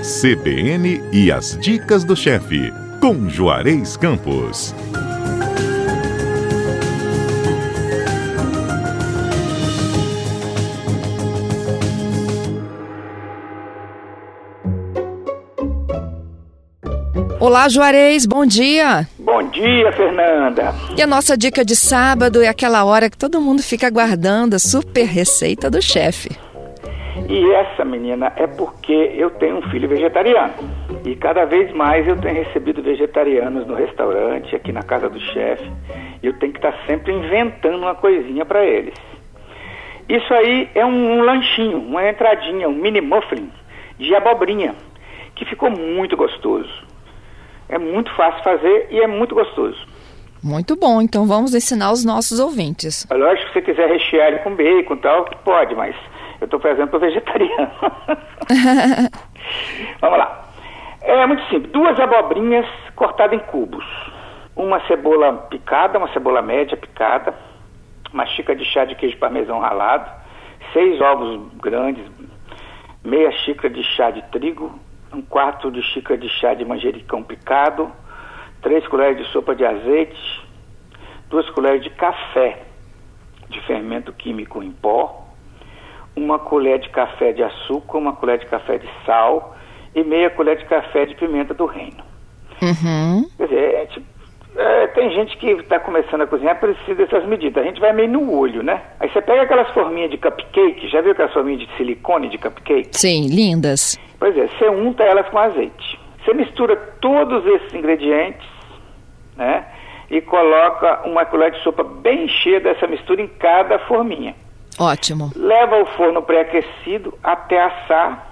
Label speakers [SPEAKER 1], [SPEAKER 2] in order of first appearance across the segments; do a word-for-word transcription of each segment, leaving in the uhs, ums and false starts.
[SPEAKER 1] C B N e as dicas do chefe, com Juarez Campos.
[SPEAKER 2] Olá, Juarez, bom dia.
[SPEAKER 3] Bom dia, Fernanda.
[SPEAKER 2] E a nossa dica de sábado é aquela hora que todo mundo fica aguardando a super receita do chefe.
[SPEAKER 3] E essa, menina, é porque eu tenho um filho vegetariano. E cada vez mais eu tenho recebido vegetarianos no restaurante, aqui na casa do chefe. E eu tenho que estar sempre inventando uma coisinha para eles. Isso aí é um, um lanchinho, uma entradinha, um mini muffin de abobrinha, que ficou muito gostoso. É muito fácil fazer e é muito gostoso.
[SPEAKER 2] Muito bom, então vamos ensinar os nossos ouvintes.
[SPEAKER 3] É lógico que se você quiser rechear ele com bacon e tal, pode, mas eu estou fazendo para o vegetariano. Vamos lá. É muito simples. Duas abobrinhas cortadas em cubos. Uma cebola picada, uma cebola média picada. Uma xícara de chá de queijo parmesão ralado. Seis ovos grandes. Meia xícara de chá de trigo. Um quarto de xícara de chá de manjericão picado, três colheres de sopa de azeite, duas colheres de café de fermento químico em pó, uma colher de café de açúcar, uma colher de café de sal e meia colher de café de pimenta do reino.
[SPEAKER 2] Uhum.
[SPEAKER 3] Quer dizer, é, tipo, é, tem gente que está começando a cozinhar, precisa dessas medidas. A gente vai meio no olho, né? Aí você pega aquelas forminhas de cupcake, já viu aquelas forminhas de silicone de cupcake?
[SPEAKER 2] Sim, lindas.
[SPEAKER 3] Pois é, você unta elas com azeite. Você mistura todos esses ingredientes, né? E coloca uma colher de sopa bem cheia dessa mistura em cada forminha.
[SPEAKER 2] Ótimo.
[SPEAKER 3] Leva ao forno pré-aquecido até assar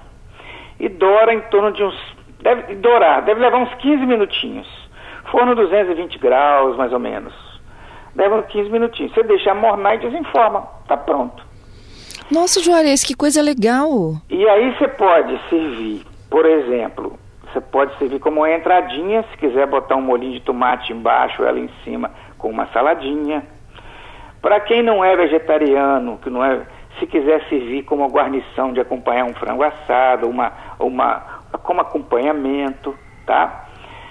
[SPEAKER 3] e doura em torno de uns... Deve dourar, deve levar uns quinze minutinhos. Forno duzentos e vinte graus, mais ou menos. Leva uns quinze minutinhos. Você deixa amornar e desenforma. Tá pronto.
[SPEAKER 2] Nossa, Juarez, que coisa legal.
[SPEAKER 3] E aí você pode servir, por exemplo, você pode servir como uma entradinha, se quiser botar um molhinho de tomate embaixo, ela em cima, com uma saladinha. Para quem não é vegetariano, que não é, se quiser servir como uma guarnição de acompanhar um frango assado, uma, uma, como acompanhamento, tá?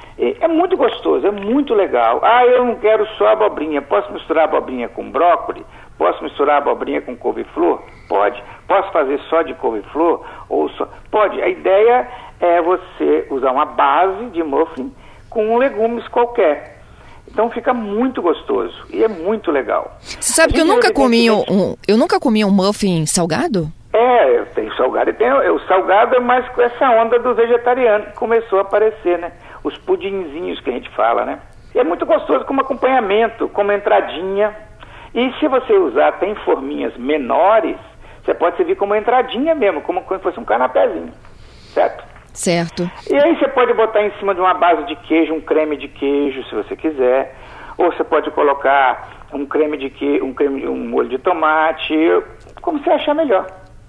[SPEAKER 3] É muito gostoso, é muito legal. Ah, eu não quero só abobrinha. Posso misturar abobrinha com brócolis? Posso misturar abobrinha com couve-flor? Pode. Posso fazer só de couve-flor? Ou só... Pode. A ideia é você usar uma base de muffin com legumes qualquer. Então fica muito gostoso e é muito legal.
[SPEAKER 2] Você sabe que eu nunca comi um, eu nunca comi um muffin salgado?
[SPEAKER 3] É, tem salgado e tem o salgado é mais com essa onda do vegetariano que começou a aparecer, né? Os pudinzinhos que a gente fala, né? E é muito gostoso como acompanhamento, como entradinha. E se você usar, tem forminhas menores, você pode servir como entradinha mesmo, como se fosse um canapézinho, certo?
[SPEAKER 2] Certo.
[SPEAKER 3] E aí você pode botar em cima de uma base de queijo, um creme de queijo, se você quiser. Ou você pode colocar um creme de queijo, um creme, um molho de tomate, como você achar melhor.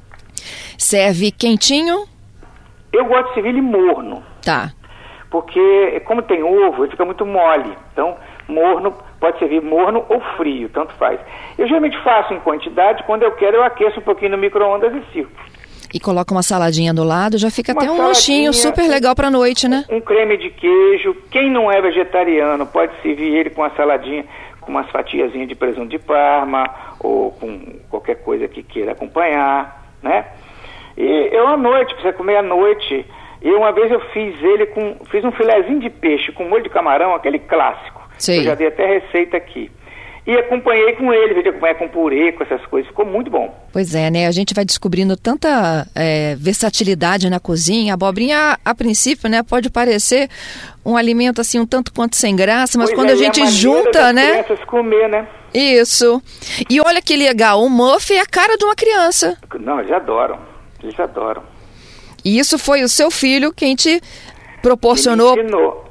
[SPEAKER 2] Serve quentinho?
[SPEAKER 3] Eu gosto de servir ele morno.
[SPEAKER 2] Tá.
[SPEAKER 3] Porque, como tem ovo, ele fica muito mole. Então, morno, pode servir morno ou frio, tanto faz. Eu geralmente faço em quantidade, quando eu quero eu aqueço um pouquinho no micro-ondas e sirvo.
[SPEAKER 2] E coloca uma saladinha do lado, já fica
[SPEAKER 3] uma
[SPEAKER 2] até um lanchinho super legal pra noite, né?
[SPEAKER 3] Um creme de queijo. Quem não é vegetariano pode servir ele com uma saladinha, com umas fatiazinhas de presunto de Parma, ou com qualquer coisa que queira acompanhar, né? E eu à noite, pra você comer à noite... E uma vez eu fiz ele com... Fiz um filezinho de peixe com molho de camarão, aquele clássico.
[SPEAKER 2] Sim.
[SPEAKER 3] Eu já dei até receita aqui. E acompanhei com ele, veja acompanhar com purê, com essas coisas. Ficou muito bom.
[SPEAKER 2] Pois é, né? A gente vai descobrindo tanta é, versatilidade na cozinha. A abobrinha, a princípio, né, pode parecer um alimento assim um tanto quanto sem graça, mas
[SPEAKER 3] pois
[SPEAKER 2] quando
[SPEAKER 3] é,
[SPEAKER 2] a gente
[SPEAKER 3] a
[SPEAKER 2] junta, né?
[SPEAKER 3] As crianças comer, né?
[SPEAKER 2] Isso. E olha que legal, o muffin é a cara de uma criança.
[SPEAKER 3] Não, eles adoram. Eles adoram.
[SPEAKER 2] E isso foi o seu filho quem te proporcionou...
[SPEAKER 3] Ele me ensinou.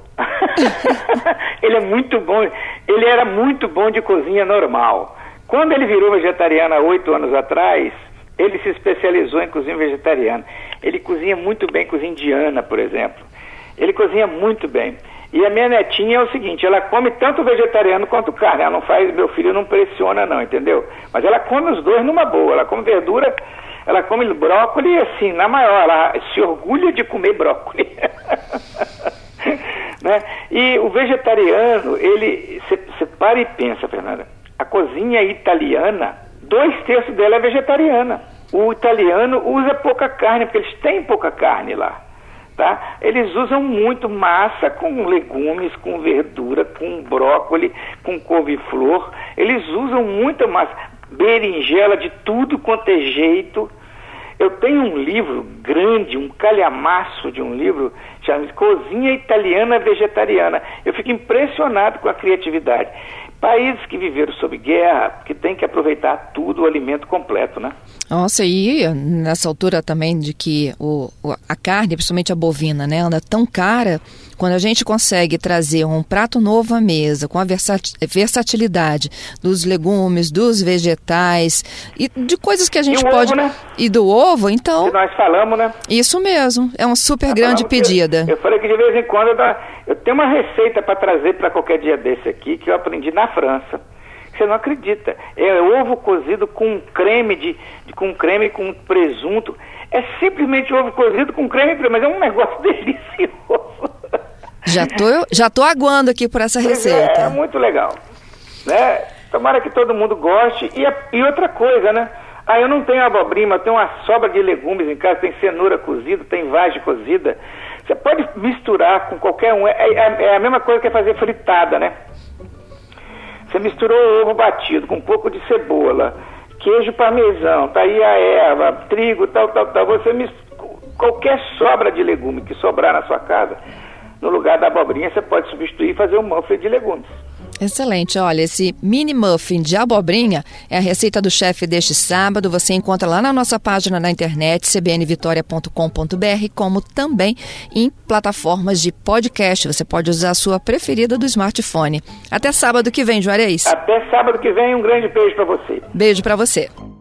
[SPEAKER 3] Ele é muito bom. Ele era muito bom de cozinha normal. Quando ele virou vegetariano há oito anos atrás, ele se especializou em cozinha vegetariana. Ele cozinha muito bem, cozinha indiana, por exemplo. Ele cozinha muito bem. E a minha netinha é o seguinte, ela come tanto vegetariano quanto carne. Ela não faz, meu filho não pressiona não, entendeu? Mas ela come os dois numa boa. Ela come verdura ela come brócolis assim, na maior, ela se orgulha de comer brócolis. Né? E o vegetariano, ele, você para e pensa, Fernanda, a cozinha italiana, dois terços dela é vegetariana. O italiano usa pouca carne, porque eles têm pouca carne lá. Tá? Eles usam muito massa com legumes, com verdura, com brócolis, com couve-flor. Eles usam muita massa, berinjela de tudo quanto é jeito. Eu tenho um livro grande, um calhamaço de um livro, chamado Cozinha Italiana Vegetariana. Eu fico impressionado com a criatividade. Países que viveram sob guerra, que tem que aproveitar tudo, o alimento completo, né?
[SPEAKER 2] Nossa, e nessa altura também de que o, a carne, principalmente a bovina, né, anda tão cara, quando a gente consegue trazer um prato novo à mesa, com a versatilidade dos legumes, dos vegetais e de coisas que a gente
[SPEAKER 3] e
[SPEAKER 2] pode...
[SPEAKER 3] Ovo, né?
[SPEAKER 2] E do ovo, então...
[SPEAKER 3] Que nós falamos, né?
[SPEAKER 2] Isso mesmo, é uma super
[SPEAKER 3] nós
[SPEAKER 2] grande pedida.
[SPEAKER 3] Eu, eu falei que de vez em quando eu, dá, eu tenho uma receita para trazer para qualquer dia desse aqui, que eu aprendi na França. Você não acredita. É ovo cozido com creme, de, de, com creme com presunto. É simplesmente ovo cozido com creme, mas é um negócio delicioso.
[SPEAKER 2] Já tô, já tô aguando aqui por essa receita.
[SPEAKER 3] É, é muito legal. Né? Tomara que todo mundo goste. E, a, e outra coisa, né? Ah, eu não tenho abobrinha, mas eu tenho uma sobra de legumes em casa. Tem cenoura cozida, tem vagem cozida. Você pode misturar com qualquer um. É, é, é a mesma coisa que é fazer fritada, né? Você misturou o ovo batido com um pouco de cebola, queijo parmesão, tá aí a erva, trigo, tal, tal, tal. Você mistura qualquer sobra de legume que sobrar na sua casa, no lugar da abobrinha, você pode substituir e fazer um muffin de legumes.
[SPEAKER 2] Excelente. Olha, esse mini muffin de abobrinha é a receita do chefe deste sábado. Você encontra lá na nossa página na internet, c b n vitoria ponto com ponto b r, como também em plataformas de podcast. Você pode usar a sua preferida do smartphone. Até sábado que vem, Juarez.
[SPEAKER 3] Até sábado que vem, um grande beijo para você.
[SPEAKER 2] Beijo para você.